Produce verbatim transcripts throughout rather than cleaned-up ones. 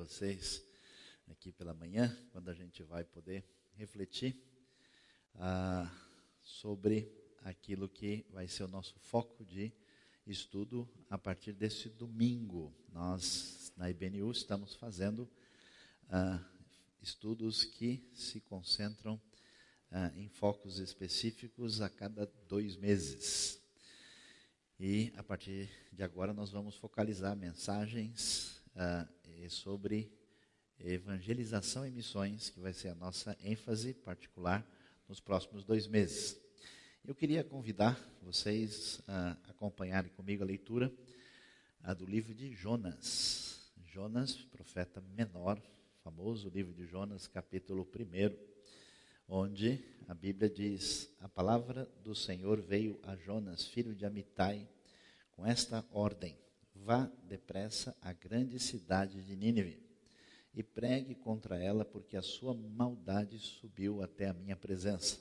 vocês aqui pela manhã, quando a gente vai poder refletir ah, sobre aquilo que vai ser o nosso foco de estudo a partir desse domingo. Nós, na I B N U, estamos fazendo ah, estudos que se concentram ah, em focos específicos a cada dois meses. E a partir de agora nós vamos focalizar mensagens ah, sobre evangelização e missões, que vai ser a nossa ênfase particular nos próximos dois meses. Eu queria convidar vocês a acompanharem comigo a leitura a do livro de Jonas. Jonas, profeta menor, famoso livro de Jonas, capítulo um, onde a Bíblia diz: a palavra do Senhor veio a Jonas, filho de Amitai, com esta ordem: vá depressa à grande cidade de Nínive e pregue contra ela, porque a sua maldade subiu até a minha presença.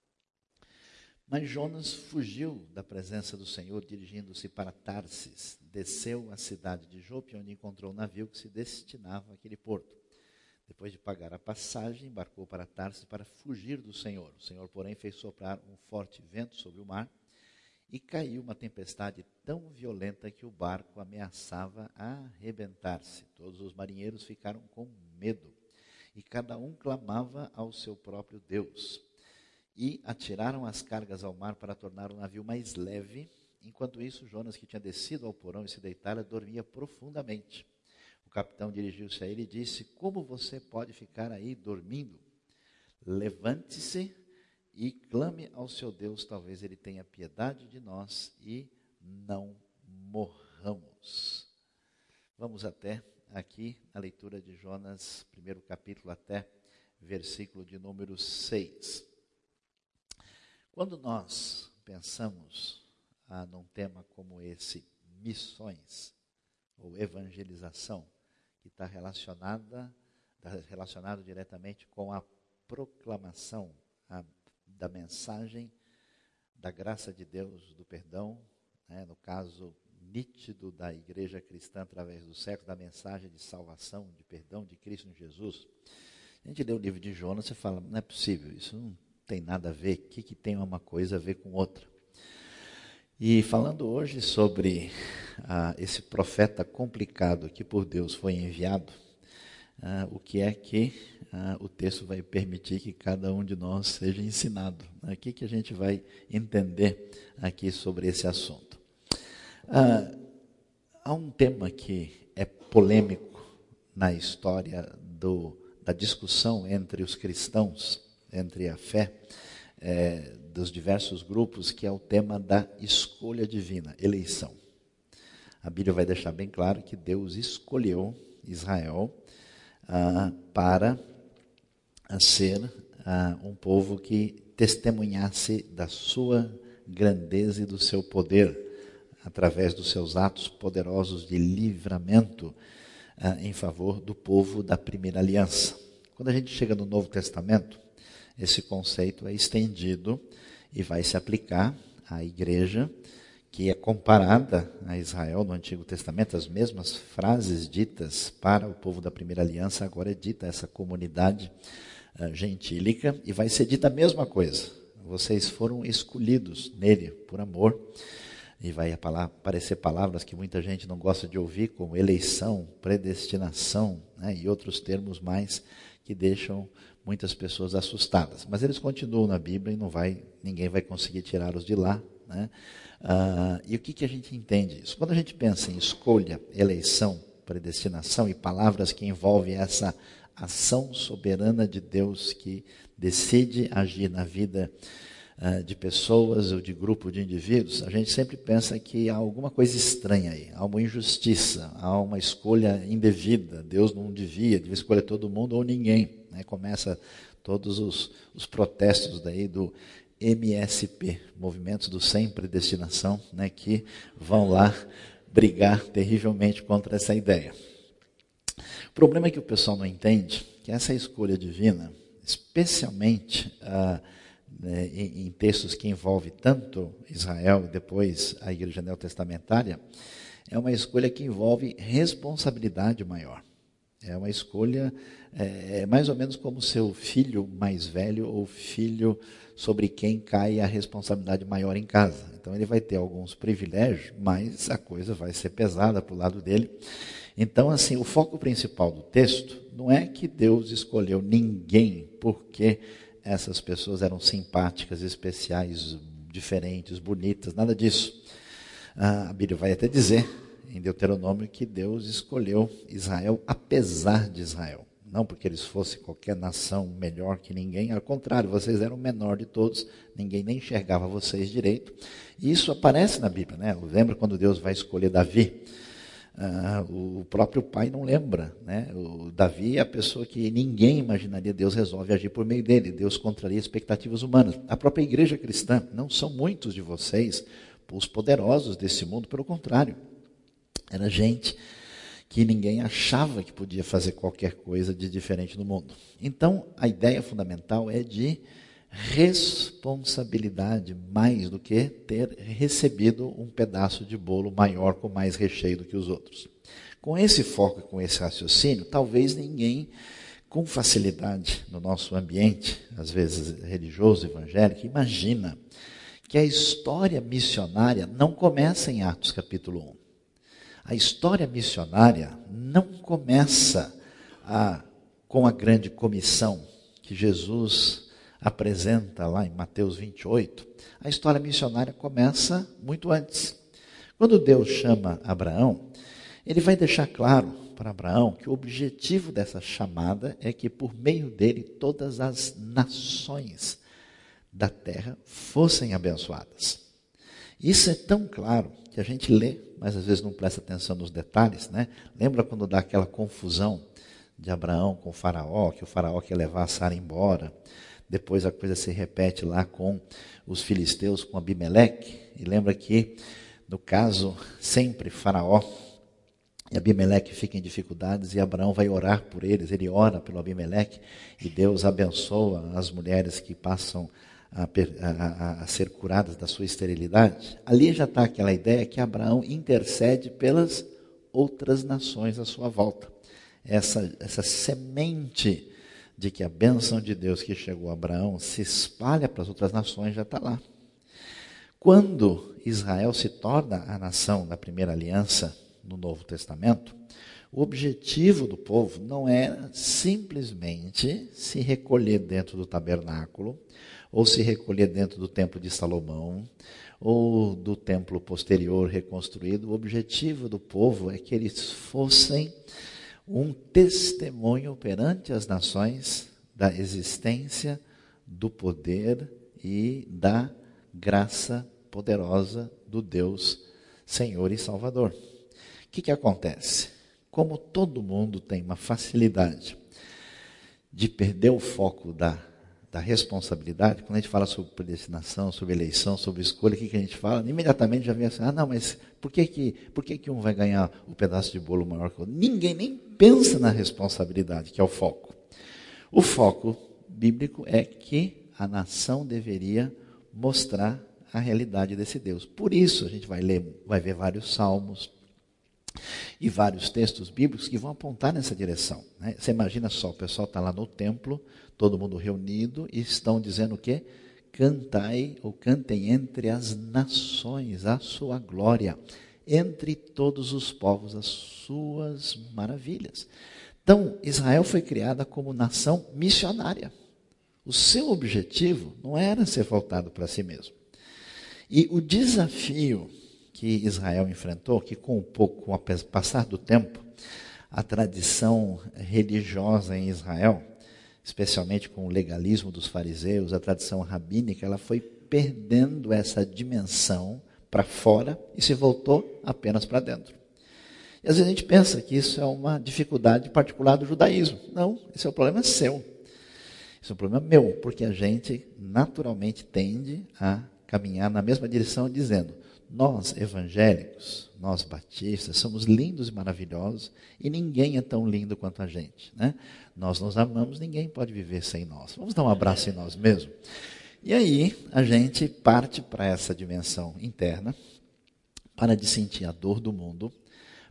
Mas Jonas fugiu da presença do Senhor, dirigindo-se para Tarsis. Desceu à cidade de Jope, onde encontrou um navio que se destinava àquele porto. Depois de pagar a passagem, embarcou para Tarsis para fugir do Senhor. O Senhor, porém, fez soprar um forte vento sobre o mar e caiu uma tempestade tão violenta que o barco ameaçava arrebentar-se. Todos os marinheiros ficaram com medo e cada um clamava ao seu próprio Deus. E atiraram as cargas ao mar para tornar o navio mais leve. Enquanto isso, Jonas, que tinha descido ao porão e se deitara, dormia profundamente. O capitão dirigiu-se a ele e disse: como você pode ficar aí dormindo? Levante-se e clame ao seu Deus, talvez ele tenha piedade de nós e não morramos. Vamos até aqui na leitura de Jonas, primeiro capítulo, até versículo de número seis. Quando nós pensamos ah, num tema como esse, missões ou evangelização, que está relacionada, tá relacionado diretamente com a proclamação a, da mensagem da graça de Deus, do perdão, né, no caso nítido da igreja cristã através do século, da mensagem de salvação, de perdão de Cristo em Jesus. A gente lê o livro de Jonas e fala: não é possível, isso não tem nada a ver, o que, que tem uma coisa a ver com outra? E falando hoje sobre ah, esse profeta complicado que por Deus foi enviado, ah, o que é que ah, o texto vai permitir que cada um de nós seja ensinado? O que, que a gente vai entender aqui sobre esse assunto? Ah, há um tema que é polêmico na história do, da discussão entre os cristãos, entre a fé é, dos diversos grupos, que é o tema da escolha divina, eleição. A Bíblia vai deixar bem claro que Deus escolheu Israel ah, para ah, ser ah, um povo que testemunhasse da sua grandeza e do seu poder, através dos seus atos poderosos de livramento ah, em favor do povo da primeira aliança. Quando a gente chega no Novo Testamento, esse conceito é estendido e vai se aplicar à igreja, que é comparada a Israel no Antigo Testamento. As mesmas frases ditas para o povo da primeira aliança, agora é dita a essa comunidade uh, gentílica, e vai ser dita a mesma coisa: vocês foram escolhidos nele por amor. E vai aparecer palavras que muita gente não gosta de ouvir, como eleição, predestinação, né, e outros termos mais que deixam muitas pessoas assustadas. Mas eles continuam na Bíblia e não vai, ninguém vai conseguir tirá-los de lá. Né? Ah, e o que, que a gente entende isso? Quando a gente pensa em escolha, eleição, predestinação e palavras que envolvem essa ação soberana de Deus que decide agir na vida de pessoas ou de grupo de indivíduos, a gente sempre pensa que há alguma coisa estranha aí, há uma injustiça, há uma escolha indevida. Deus não devia, devia escolher todo mundo ou ninguém. Né? Começa todos os, os protestos daí do M S P, Movimentos do Sem Predestinação, né? Que vão lá brigar terrivelmente contra essa ideia. O problema é que o pessoal não entende que essa escolha divina, especialmente ah, Né, em, em textos que envolvem tanto Israel e depois a igreja neotestamentária, é uma escolha que envolve responsabilidade maior. É uma escolha, é, é mais ou menos como seu filho mais velho ou filho sobre quem cai a responsabilidade maior em casa. Então ele vai ter alguns privilégios, mas a coisa vai ser pesada para o lado dele. Então, assim, o foco principal do texto não é que Deus escolheu ninguém porque essas pessoas eram simpáticas, especiais, diferentes, bonitas, nada disso. Ah, a Bíblia vai até dizer em Deuteronômio que Deus escolheu Israel apesar de Israel. Não porque eles fossem qualquer nação melhor que ninguém, ao contrário, vocês eram o menor de todos, ninguém nem enxergava vocês direito. E isso aparece na Bíblia, né? Lembra quando Deus vai escolher Davi? Ah, o próprio pai não lembra, né? O Davi é a pessoa que ninguém imaginaria, Deus resolve agir por meio dele, Deus contraria expectativas humanas. A própria igreja cristã, não são muitos de vocês os poderosos desse mundo, pelo contrário. Era gente que ninguém achava que podia fazer qualquer coisa de diferente no mundo. Então, a ideia fundamental é de responsabilidade, mais do que ter recebido um pedaço de bolo maior com mais recheio do que os outros. Com esse foco e com esse raciocínio, talvez ninguém com facilidade no nosso ambiente, às vezes religioso, evangélico, imagina que a história missionária não começa em Atos capítulo um. A história missionária não começa a, com a grande comissão que Jesus apresenta lá em Mateus vinte e oito. A história missionária começa muito antes. Quando Deus chama Abraão, ele vai deixar claro para Abraão que o objetivo dessa chamada é que por meio dele todas as nações da terra fossem abençoadas. Isso é tão claro que a gente lê, mas às vezes não presta atenção nos detalhes, né? Lembra quando dá aquela confusão de Abraão com o faraó, que o faraó quer levar a Sara embora? Depois a coisa se repete lá com os filisteus, com Abimeleque. E lembra que, no caso, sempre faraó e Abimeleque fica em dificuldades e Abraão vai orar por eles. Ele ora pelo Abimeleque e Deus abençoa as mulheres que passam A, a, a ser curadas da sua esterilidade. Ali já está aquela ideia que Abraão intercede pelas outras nações à sua volta. Essa, essa semente de que a bênção de Deus que chegou a Abraão se espalha para as outras nações já está lá. Quando Israel se torna a nação da primeira aliança no Novo Testamento, o objetivo do povo não era simplesmente se recolher dentro do tabernáculo, ou se recolher dentro do templo de Salomão, ou do templo posterior reconstruído. O objetivo do povo é que eles fossem um testemunho perante as nações da existência, do poder e da graça poderosa do Deus Senhor e Salvador. O que que acontece? Como todo mundo tem uma facilidade de perder o foco da da responsabilidade, quando a gente fala sobre predestinação, sobre eleição, sobre escolha, o que, que a gente fala? Imediatamente já vem assim, ah não, mas por que que, por que que um vai ganhar o um pedaço de bolo maior que o outro? Ninguém nem pensa na responsabilidade, que é o foco. O foco bíblico é que a nação deveria mostrar a realidade desse Deus. Por isso a gente vai ler, vai ver vários salmos e vários textos bíblicos que vão apontar nessa direção, né? Você imagina só, o pessoal está lá no templo, todo mundo reunido, e estão dizendo o quê? Cantai, ou cantem entre as nações a sua glória, entre todos os povos as suas maravilhas. Então, Israel foi criada como nação missionária. O seu objetivo não era ser voltado para si mesmo. E o desafio que Israel enfrentou, que com um pouco, com o passar do tempo, a tradição religiosa em Israel, especialmente com o legalismo dos fariseus, a tradição rabínica, ela foi perdendo essa dimensão para fora e se voltou apenas para dentro. E às vezes a gente pensa que isso é uma dificuldade particular do judaísmo. Não, esse é o problema seu. Isso é um problema meu, porque a gente naturalmente tende a caminhar na mesma direção dizendo: nós evangélicos, nós batistas, somos lindos e maravilhosos e ninguém é tão lindo quanto a gente, né? Nós nos amamos, ninguém pode viver sem nós. Vamos dar um abraço em nós mesmos? E aí a gente parte para essa dimensão interna, para de sentir a dor do mundo,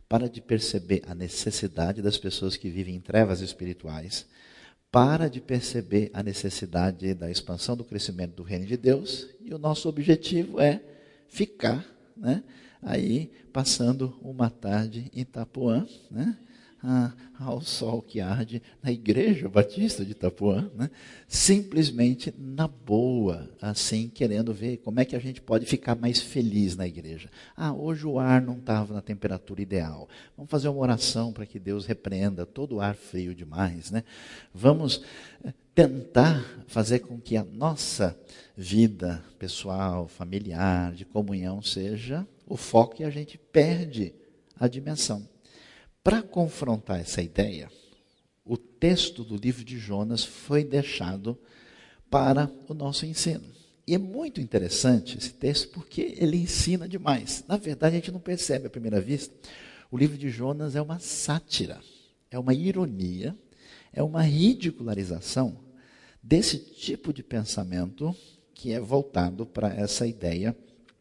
para de perceber a necessidade das pessoas que vivem em trevas espirituais, para de perceber a necessidade da expansão do crescimento do reino de Deus, e o nosso objetivo é ficar, né, aí passando uma tarde em Itapuã, né, ah, ao sol que arde na Igreja Batista de Itapuã, né, simplesmente na boa, assim, querendo ver como é que a gente pode ficar mais feliz na igreja. Ah, hoje o ar não estava na temperatura ideal. Vamos fazer uma oração para que Deus repreenda todo o ar frio demais, né? Vamos tentar fazer com que a nossa vida pessoal, familiar, de comunhão seja o foco, e a gente perde a dimensão. Para confrontar essa ideia, o texto do livro de Jonas foi deixado para o nosso ensino. E é muito interessante esse texto porque ele ensina demais. Na verdade, a gente não percebe à primeira vista. O livro de Jonas é uma sátira, é uma ironia, é uma ridicularização desse tipo de pensamento que é voltado para essa ideia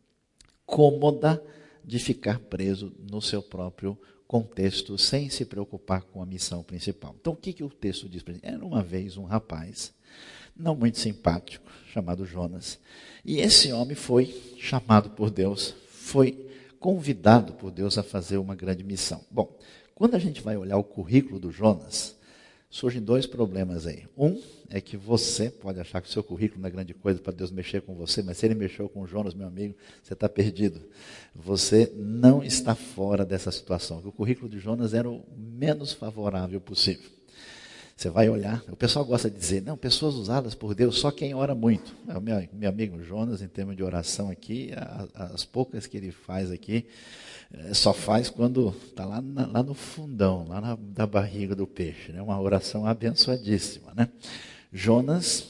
cômoda de ficar preso no seu próprio contexto, sem se preocupar com a missão principal. Então, o que, que o texto diz para a gente? Era uma vez um rapaz, não muito simpático, chamado Jonas. E esse homem foi chamado por Deus, foi convidado por Deus a fazer uma grande missão. Bom, quando a gente vai olhar o currículo do Jonas, surgem dois problemas aí. Um é que você pode achar que o seu currículo não é grande coisa para Deus mexer com você, mas se ele mexeu com o Jonas, meu amigo, você está perdido. Você não está fora dessa situação. O currículo de Jonas era o menos favorável possível. Você vai olhar, o pessoal gosta de dizer, não, pessoas usadas por Deus, só quem ora muito. É, meu, meu amigo Jonas, em termos de oração aqui, as, as poucas que ele faz aqui, é, só faz quando está lá, lá no fundão, lá na da barriga do peixe. Né? Uma oração abençoadíssima. Né? Jonas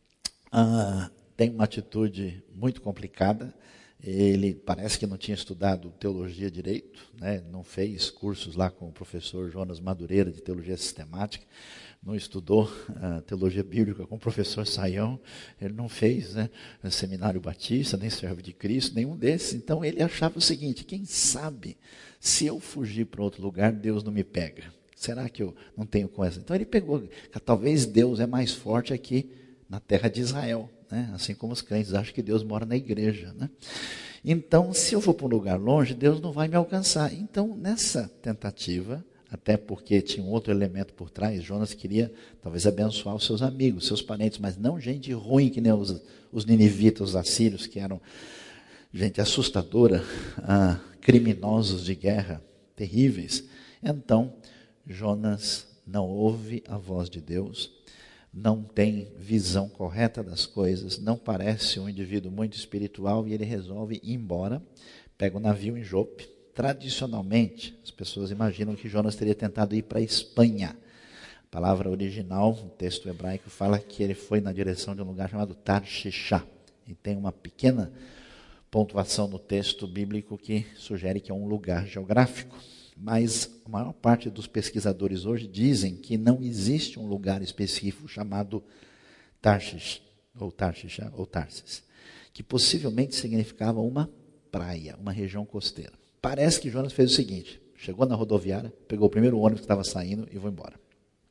ah, tem uma atitude muito complicada. Ele parece que não tinha estudado teologia direito, né? Não fez cursos lá com o professor Jonas Madureira de teologia sistemática, não estudou uh, teologia bíblica com o professor Saião, ele não fez, né, seminário batista, nem servo de Cristo, nenhum desses. Então ele achava o seguinte, quem sabe se eu fugir para outro lugar, Deus não me pega. Será que eu não tenho coisa? Então ele pegou, talvez Deus é mais forte aqui na terra de Israel. Né? Assim como os crentes acham que Deus mora na igreja. Né? Então, se eu for para um lugar longe, Deus não vai me alcançar. Então, nessa tentativa, até porque tinha um outro elemento por trás, Jonas queria talvez abençoar os seus amigos, seus parentes, mas não gente ruim que nem os, os ninivitas, os assírios, que eram gente assustadora, ah, criminosos de guerra, terríveis. Então, Jonas não ouve a voz de Deus, não tem visão correta das coisas, não parece um indivíduo muito espiritual, e ele resolve ir embora, pega o navio em Jope. Tradicionalmente, as pessoas imaginam que Jonas teria tentado ir para a Espanha. A palavra original, o texto hebraico, fala que ele foi na direção de um lugar chamado Tarshish. E tem uma pequena pontuação no texto bíblico que sugere que é um lugar geográfico. Mas a maior parte dos pesquisadores hoje dizem que não existe um lugar específico chamado Tarshish, ou Tarshish, ou Tarsis, que possivelmente significava uma praia, uma região costeira. Parece que Jonas fez o seguinte, chegou na rodoviária, pegou o primeiro ônibus que estava saindo e foi embora.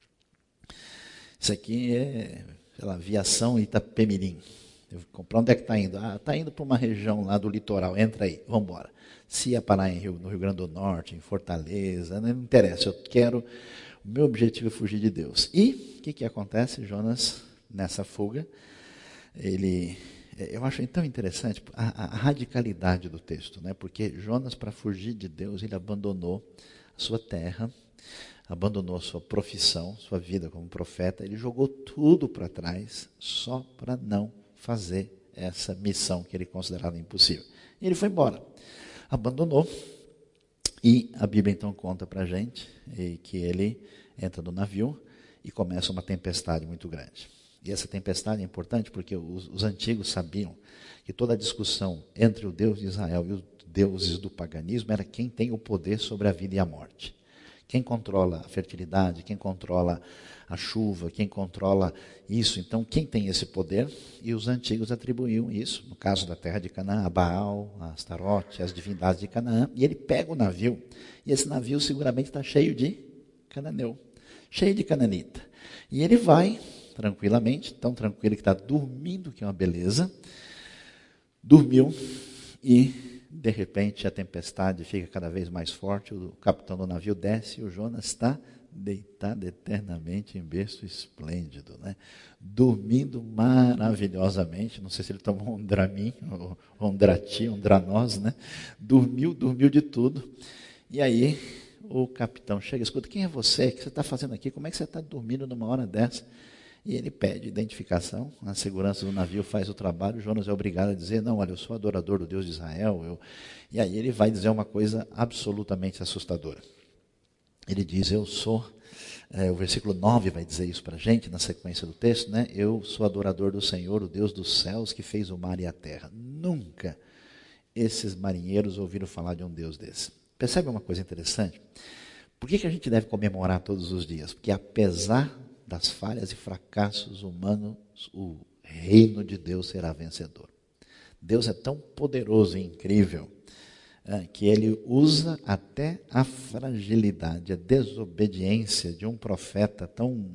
Isso aqui é, sei lá, Viação Itapemirim. Para onde é que está indo? Ah, está indo para uma região lá do litoral, entra aí, vamos embora. Se ia parar em Rio, no Rio Grande do Norte, em Fortaleza, não interessa, eu quero, o meu objetivo é fugir de Deus. E o que, que acontece, Jonas, nessa fuga? Ele, eu acho tão interessante a, a radicalidade do texto, né? Porque Jonas, para fugir de Deus, ele abandonou a sua terra, abandonou a sua profissão, sua vida como profeta, ele jogou tudo para trás, só para não fazer essa missão que ele considerava impossível. E ele foi embora. Abandonou, e a Bíblia então conta para a gente que ele entra no navio e começa uma tempestade muito grande. E essa tempestade é importante porque os, os antigos sabiam que toda a discussão entre o Deus de Israel e os deuses do paganismo era quem tem o poder sobre a vida e a morte. Quem controla a fertilidade, quem controla a chuva, quem controla isso. Então, quem tem esse poder? E os antigos atribuíam isso, no caso da terra de Canaã, a Baal, a Astarote, as divindades de Canaã. E ele pega o navio, e esse navio seguramente está cheio de cananeu, cheio de cananita. E ele vai tranquilamente, tão tranquilo que está dormindo, que é uma beleza. Dormiu e, de repente, a tempestade fica cada vez mais forte, o capitão do navio desce e o Jonas está deitado eternamente em berço esplêndido, né? Dormindo maravilhosamente. Não sei se ele tomou um Dramin, ou um Drati, um Dranoz, né? Dormiu, dormiu de tudo. E aí o capitão chega, escuta, quem é você? O que você está fazendo aqui? Como é que você está dormindo numa hora dessa? E ele pede identificação, a segurança do navio faz o trabalho, o Jonas é obrigado a dizer, não, olha, eu sou adorador do Deus de Israel. Eu... E aí ele vai dizer uma coisa absolutamente assustadora. Ele diz, eu sou, é, o versículo nove vai dizer isso para a gente, na sequência do texto, né? Eu sou adorador do Senhor, o Deus dos céus, que fez o mar e a terra. Nunca esses marinheiros ouviram falar de um Deus desse. Percebe uma coisa interessante? Por que que a gente deve comemorar todos os dias? Porque apesar das falhas e fracassos humanos, o reino de Deus será vencedor. Deus é tão poderoso e incrível é, que ele usa até a fragilidade, a desobediência de um profeta tão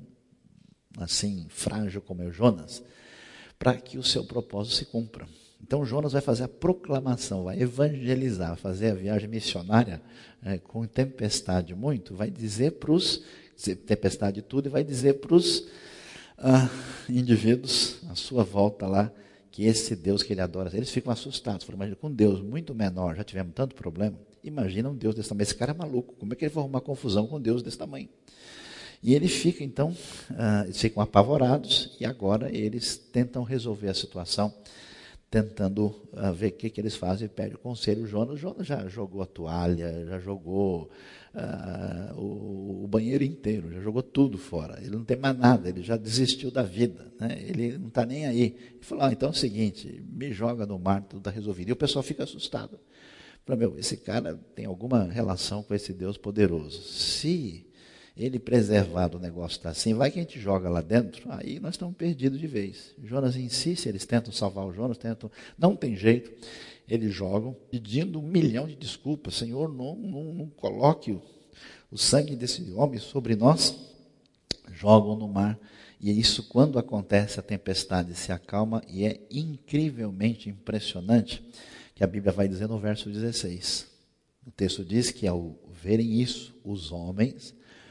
assim frágil como é o Jonas, para que o seu propósito se cumpra. Então Jonas vai fazer a proclamação, vai evangelizar, fazer a viagem missionária é, com tempestade muito, vai dizer para os tempestade e tudo, e vai dizer para os ah, indivíduos, à sua volta lá, que esse Deus que ele adora, eles ficam assustados, falam, imagina, com um Deus muito menor, já tivemos tanto problema, imagina um Deus desse tamanho, esse cara é maluco, como é que ele vai arrumar confusão com um Deus desse tamanho? E ele fica então, ah, eles ficam apavorados, e agora eles tentam resolver a situação, tentando uh, ver o que, que eles fazem, e pede o conselho. O Jonas, o Jonas já jogou a toalha, já jogou uh, o, o banheiro inteiro, já jogou tudo fora. Ele não tem mais nada, ele já desistiu da vida, né? Ele não está nem aí. Ele falou, ah, então é o seguinte, me joga no mar, tudo está resolvido. E o pessoal fica assustado. Fala, meu, esse cara tem alguma relação com esse Deus poderoso. Se ele preservar o negócio está assim, vai que a gente joga lá dentro, aí nós estamos perdidos de vez. Jonas insiste, eles tentam salvar o Jonas, tentam, não tem jeito, eles jogam, pedindo um milhão de desculpas, Senhor, não, não, não coloque o, o sangue desse homem sobre nós, jogam no mar, e isso quando acontece, a tempestade se acalma, e é incrivelmente impressionante, que a Bíblia vai dizer no verso dezesseis, o texto diz que ao verem isso, os homens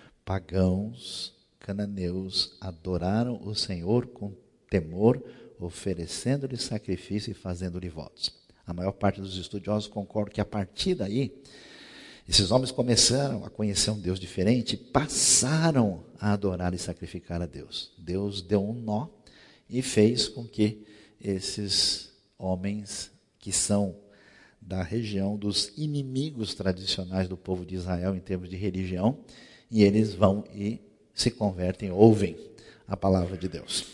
pagãos, cananeus, adoraram o Senhor com temor, oferecendo-lhe sacrifício e fazendo-lhe votos. A maior parte dos estudiosos concordam que a partir daí, esses homens começaram a conhecer um Deus diferente e passaram a adorar e sacrificar a Deus. Deus deu um nó e fez com que esses homens que são da região dos inimigos tradicionais do povo de Israel em termos de religião, e eles vão e se convertem, ouvem a palavra de Deus.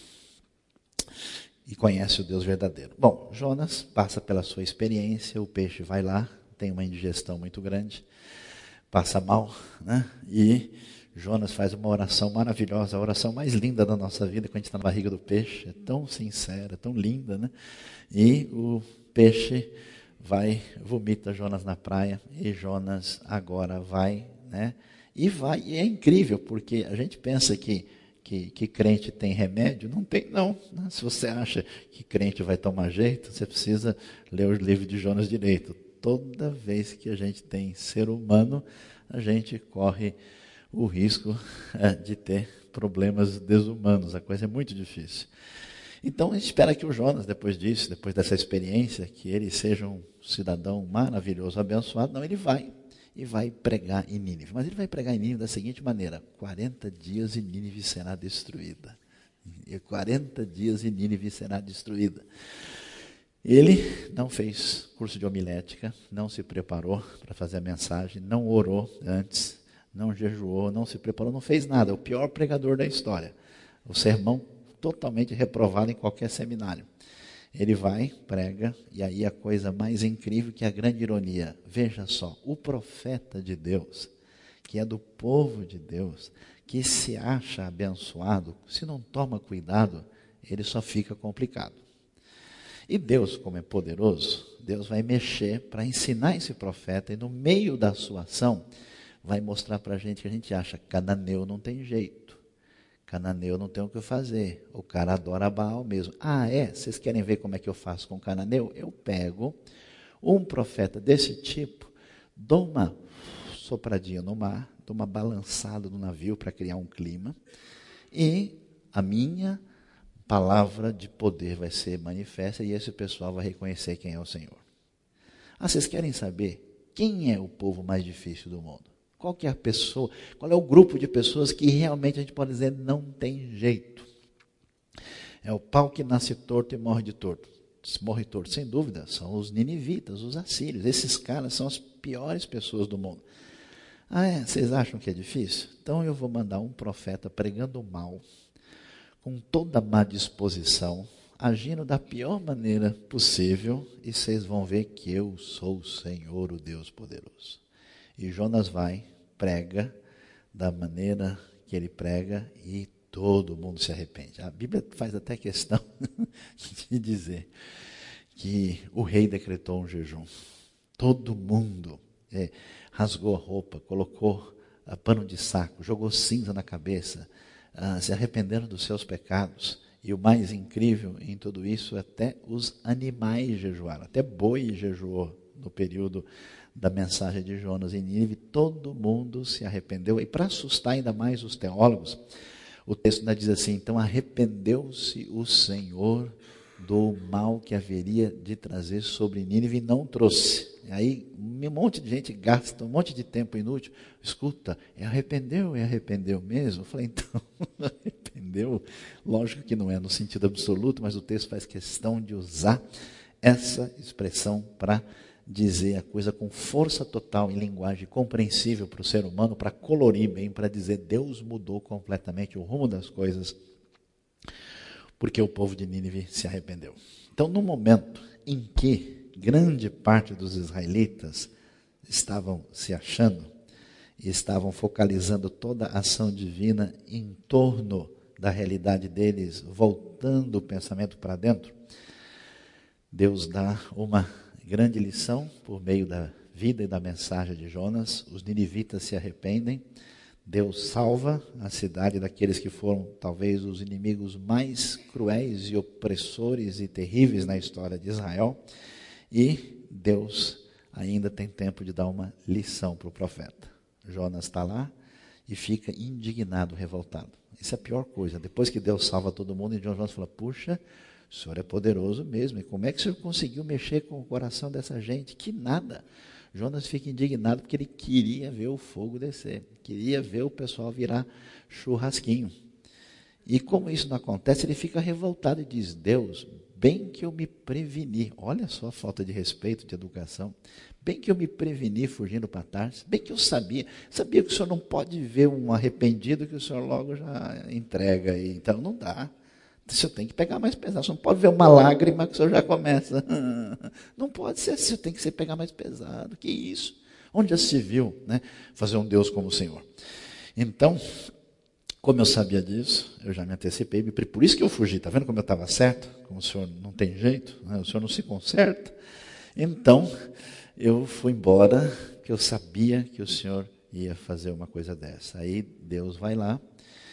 E conhecem o Deus verdadeiro. Bom, Jonas passa pela sua experiência, o peixe vai lá, tem uma indigestão muito grande, passa mal, né? E Jonas faz uma oração maravilhosa, a oração mais linda da nossa vida, quando a gente está na barriga do peixe, é tão sincera, tão linda, né? E o peixe vai, vomita Jonas na praia, e Jonas agora vai, né? E vai, e é incrível, porque a gente pensa que, que, que crente tem remédio, não tem não. Né? Se você acha que crente vai tomar jeito, você precisa ler o livro de Jonas direito. Toda vez que a gente tem ser humano, a gente corre o risco é, de ter problemas desumanos, a coisa é muito difícil. Então a gente espera que o Jonas, depois disso, depois dessa experiência, que ele seja um cidadão maravilhoso, abençoado. Não, ele vai. E vai pregar em Nínive. Mas ele vai pregar em Nínive da seguinte maneira, quarenta dias e Nínive será destruída. E quarenta dias e Nínive será destruída. Ele não fez curso de homilética, não se preparou para fazer a mensagem, não orou antes, não jejuou, não se preparou, não fez nada. O pior pregador da história. O sermão totalmente reprovado em qualquer seminário. Ele vai, prega, e aí a coisa mais incrível que é a grande ironia. Veja só, o profeta de Deus, que é do povo de Deus, que se acha abençoado, se não toma cuidado, ele só fica complicado. E Deus, como é poderoso, Deus vai mexer para ensinar esse profeta, e no meio da sua ação, vai mostrar para a gente que a gente acha, cananeu não tem jeito, cananeu não tem o que fazer, o cara adora Baal mesmo. Ah, é? Vocês querem ver como é que eu faço com cananeu? Eu pego um profeta desse tipo, dou uma sopradinha no mar, dou uma balançada no navio para criar um clima, e a minha palavra de poder vai ser manifesta e esse pessoal vai reconhecer quem é o Senhor. Ah, vocês querem saber quem é o povo mais difícil do mundo? Qual que é a pessoa, qual é o grupo de pessoas que realmente a gente pode dizer não tem jeito? É o pau que nasce torto e morre de torto. Morre torto, sem dúvida, são os ninivitas, os assírios. Esses caras são as piores pessoas do mundo. Ah, é? Vocês acham que é difícil? Então eu vou mandar um profeta pregando mal, com toda má disposição, agindo da pior maneira possível, e vocês vão ver que eu sou o Senhor, o Deus poderoso. E Jonas vai, prega da maneira que ele prega, e todo mundo se arrepende. A Bíblia faz até questão de dizer que o rei decretou um jejum. Todo mundo é, rasgou a roupa, colocou a pano de saco, jogou cinza na cabeça, ah, se arrependeram dos seus pecados. E o mais incrível em tudo isso, até os animais jejuaram, até boi jejuou no período da mensagem de Jonas em Nínive. Todo mundo se arrependeu. E para assustar ainda mais os teólogos, o texto ainda diz assim: então arrependeu-se o Senhor do mal que haveria de trazer sobre Nínive e não trouxe. E aí um monte de gente gasta um monte de tempo inútil. Escuta, é arrependeu, é arrependeu mesmo? Eu falei, então, arrependeu? Lógico que não é no sentido absoluto, mas o texto faz questão de usar essa expressão para dizer a coisa com força total, em linguagem compreensível para o ser humano, para colorir bem, para dizer Deus mudou completamente o rumo das coisas, porque o povo de Nínive se arrependeu. Então, no momento em que grande parte dos israelitas estavam se achando e estavam focalizando toda a ação divina em torno da realidade deles, voltando o pensamento para dentro, Deus dá uma grande lição por meio da vida e da mensagem de Jonas. Os ninivitas se arrependem, Deus salva a cidade daqueles que foram talvez os inimigos mais cruéis e opressores e terríveis na história de Israel. E Deus ainda tem tempo de dar uma lição para o profeta. Jonas está lá e fica indignado, revoltado. Isso é a pior coisa. Depois que Deus salva todo mundo, e Jonas fala, puxa, o Senhor é poderoso mesmo. E como é que o Senhor conseguiu mexer com o coração dessa gente? Que nada. Jonas fica indignado porque ele queria ver o fogo descer. Queria ver o pessoal virar churrasquinho. E como isso não acontece, ele fica revoltado e diz, Deus, bem que eu me preveni. Olha só a falta de respeito, de educação. Bem que eu me preveni fugindo para Tarsis. Bem que eu sabia. Sabia que o Senhor não pode ver um arrependido que o Senhor logo já entrega. Então não dá. O Senhor tem que pegar mais pesado. O Senhor não pode ver uma lágrima que o Senhor já começa. Não pode ser assim. Tem que ser pegar mais pesado. Que isso? Onde já se viu, né, fazer um Deus como o Senhor? Então, como eu sabia disso, eu já me antecipei. Por isso que eu fugi. Está vendo como eu estava certo? Como o Senhor não tem jeito, né? O Senhor não se conserta. Então, eu fui embora, porque eu sabia que o Senhor ia fazer uma coisa dessa. Aí Deus vai lá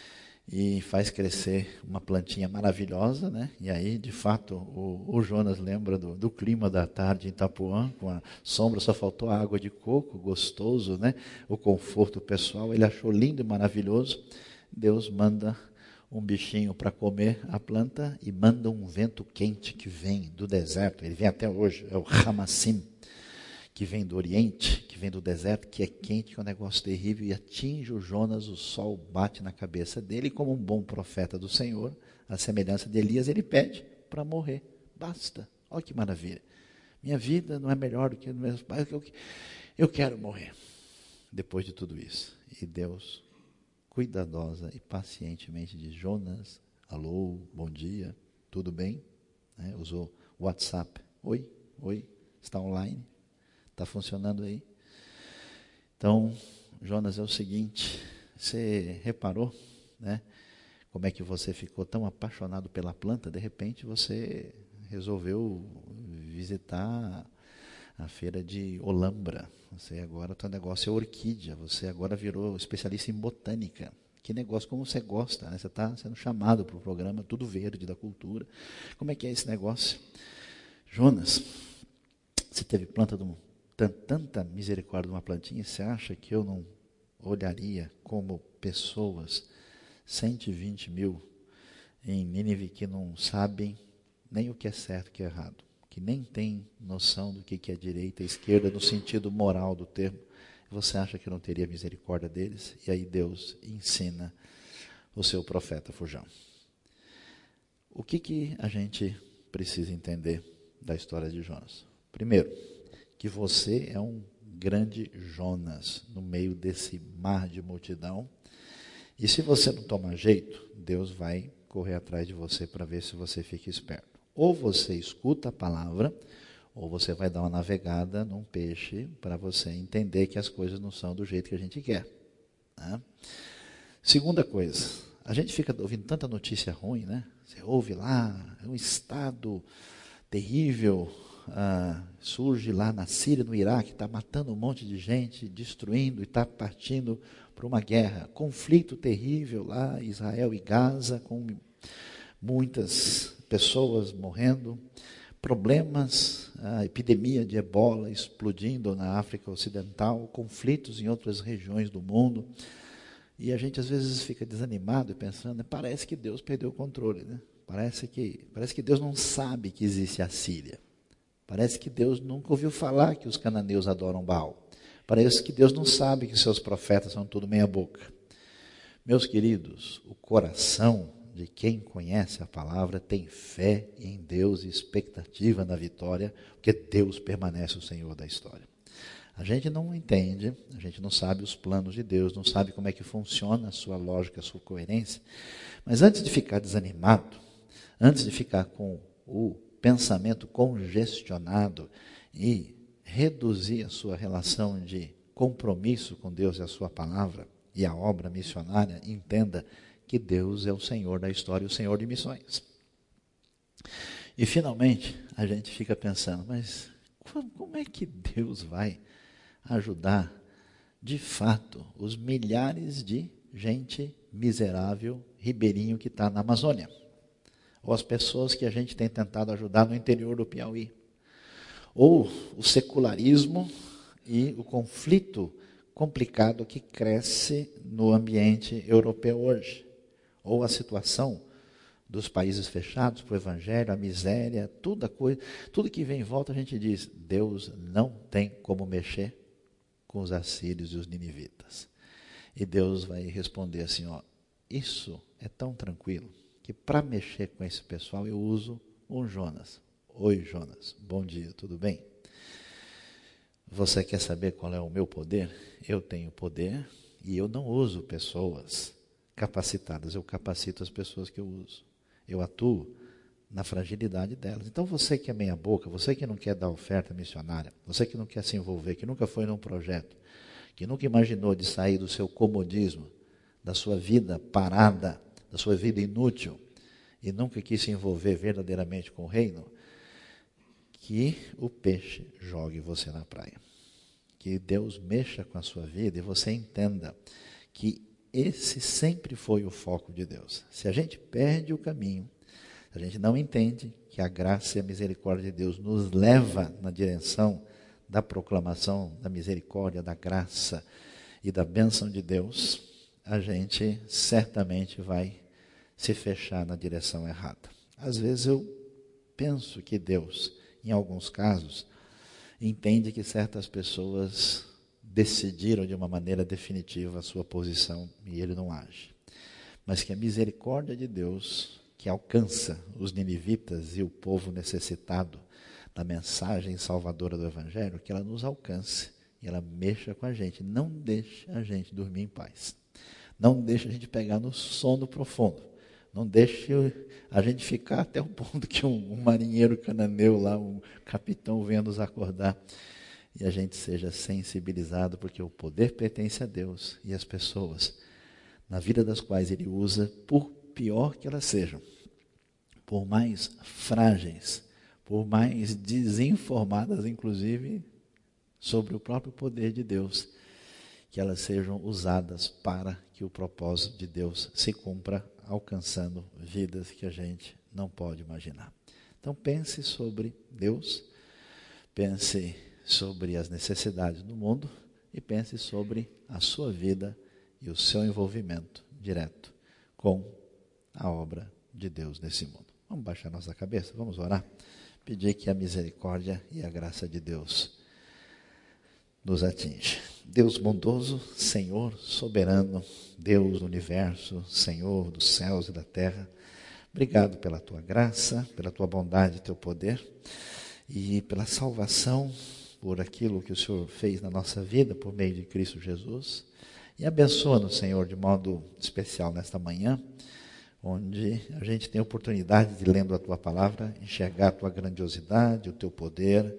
e faz crescer uma plantinha maravilhosa, né? E aí, de fato, o, o Jonas lembra do, do clima da tarde em Itapuã, com a sombra, só faltou a água de coco, gostoso, né? O conforto pessoal, ele achou lindo e maravilhoso. Deus manda um bichinho para comer a planta e manda um vento quente que vem do deserto, ele vem até hoje, é o Hamassim, que vem do Oriente, que vem do deserto, que é quente, que é um negócio terrível, e atinge o Jonas, o sol bate na cabeça dele, e como um bom profeta do Senhor, a semelhança de Elias, ele pede para morrer, basta, olha que maravilha, minha vida não é melhor do que os meus pais, eu, eu quero morrer, depois de tudo isso. E Deus, cuidadosa e pacientemente, diz, Jonas, alô, bom dia, tudo bem? Né? Usou o WhatsApp, oi, oi, está online? Está funcionando aí? Então, Jonas, é o seguinte, você reparou, né? Como é que você ficou tão apaixonado pela planta, de repente você resolveu visitar a feira de Olambra. Você agora, o teu negócio é orquídea, você agora virou especialista em botânica. Que negócio, como você gosta, né? Você está sendo chamado para o programa Tudo Verde da Cultura. Como é que é esse negócio? Jonas, você teve planta de um, tanta misericórdia de uma plantinha, você acha que eu não olharia como pessoas, cento e vinte mil em Nínive, que não sabem nem o que é certo e o que é errado, que nem tem noção do que é direita e esquerda no sentido moral do termo, você acha que eu não teria misericórdia deles? E aí Deus ensina o seu profeta Fujão. O que, que a gente precisa entender da história de Jonas? Primeiro, que você é um grande Jonas no meio desse mar de multidão. E se você não tomar jeito, Deus vai correr atrás de você para ver se você fica esperto. Ou você escuta a palavra, ou você vai dar uma navegada num peixe para você entender que as coisas não são do jeito que a gente quer. Né? Segunda coisa, a gente fica ouvindo tanta notícia ruim, né? Você ouve lá, é um estado terrível, ah, surge lá na Síria, no Iraque, está matando um monte de gente, destruindo e está partindo para uma guerra. Conflito terrível lá, Israel e Gaza, com muitas pessoas morrendo. Problemas, a epidemia de ebola explodindo na África Ocidental, conflitos em outras regiões do mundo. E a gente às vezes fica desanimado e pensando, parece que Deus perdeu o controle, né? Parece que, parece que Deus não sabe que existe a Síria. Parece que Deus nunca ouviu falar que os cananeus adoram Baal. Parece que Deus não sabe que seus profetas são tudo meia boca. Meus queridos, o coração de quem conhece a palavra tem fé em Deus e expectativa na vitória, porque Deus permanece o Senhor da história. A gente não entende, a gente não sabe os planos de Deus, não sabe como é que funciona a sua lógica, a sua coerência, mas antes de ficar desanimado, antes de ficar com o pensamento congestionado e reduzir a sua relação de compromisso com Deus e a sua palavra e a obra missionária, entenda que Deus é o Senhor da história, o Senhor de missões. E finalmente, a gente fica pensando, mas como é que Deus vai ajudar, de fato, os milhares de gente miserável, ribeirinho que está na Amazônia? Ou as pessoas que a gente tem tentado ajudar no interior do Piauí? Ou o secularismo e o conflito complicado que cresce no ambiente europeu hoje? Ou a situação dos países fechados para o evangelho, a miséria, toda coisa, tudo que vem em volta a gente diz, Deus não tem como mexer com os assírios e os ninivitas. E Deus vai responder assim, ó, isso é tão tranquilo que para mexer com esse pessoal eu uso um Jonas. Oi Jonas, bom dia, tudo bem? Você quer saber qual é o meu poder? Eu tenho poder e eu não uso pessoas capacitadas, eu capacito as pessoas que eu uso. Eu atuo na fragilidade delas. Então você que é meia boca, você que não quer dar oferta missionária, você que não quer se envolver, que nunca foi num projeto, que nunca imaginou de sair do seu comodismo, da sua vida parada, da sua vida inútil, e nunca quis se envolver verdadeiramente com o reino, que o peixe jogue você na praia. Que Deus mexa com a sua vida e você entenda que esse sempre foi o foco de Deus. Se a gente perde o caminho, se a gente não entende que a graça e a misericórdia de Deus nos leva na direção da proclamação da misericórdia, da graça e da bênção de Deus, a gente certamente vai se fechar na direção errada. Às vezes eu penso que Deus, em alguns casos, entende que certas pessoas decidiram de uma maneira definitiva a sua posição e ele não age. Mas que a misericórdia de Deus, que alcança os ninivitas e o povo necessitado da mensagem salvadora do Evangelho, que ela nos alcance e ela mexa com a gente. Não deixe a gente dormir em paz. Não deixe a gente pegar no sono profundo. Não deixe a gente ficar até o ponto que um, um marinheiro cananeu lá, um capitão venha nos acordar. e a gente seja sensibilizado, porque o poder pertence a Deus e as pessoas, na vida das quais Ele usa, por pior que elas sejam, por mais frágeis, por mais desinformadas, inclusive, sobre o próprio poder de Deus, que elas sejam usadas para que o propósito de Deus se cumpra, alcançando vidas que a gente não pode imaginar. Então pense sobre Deus, pense sobre as necessidades do mundo e pense sobre a sua vida e o seu envolvimento direto com a obra de Deus nesse mundo. Vamos baixar nossa cabeça, vamos orar, pedir que a misericórdia e a graça de Deus nos atinja. Deus bondoso, Senhor soberano, Deus do universo, Senhor dos céus e da terra, obrigado pela tua graça, pela tua bondade e teu poder e pela salvação, por aquilo que o Senhor fez na nossa vida por meio de Cristo Jesus. E abençoa-nos, Senhor, de modo especial nesta manhã, onde a gente tem a oportunidade de, lendo a tua palavra, enxergar a tua grandiosidade, o teu poder,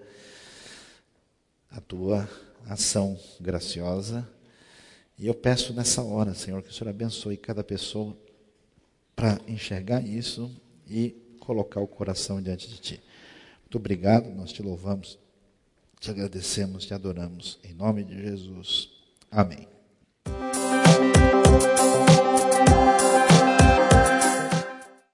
a tua ação graciosa. E eu peço nessa hora, Senhor, que o Senhor abençoe cada pessoa para enxergar isso e colocar o coração diante de ti. Muito obrigado, nós te louvamos, te agradecemos, te adoramos. Em nome de Jesus. Amém.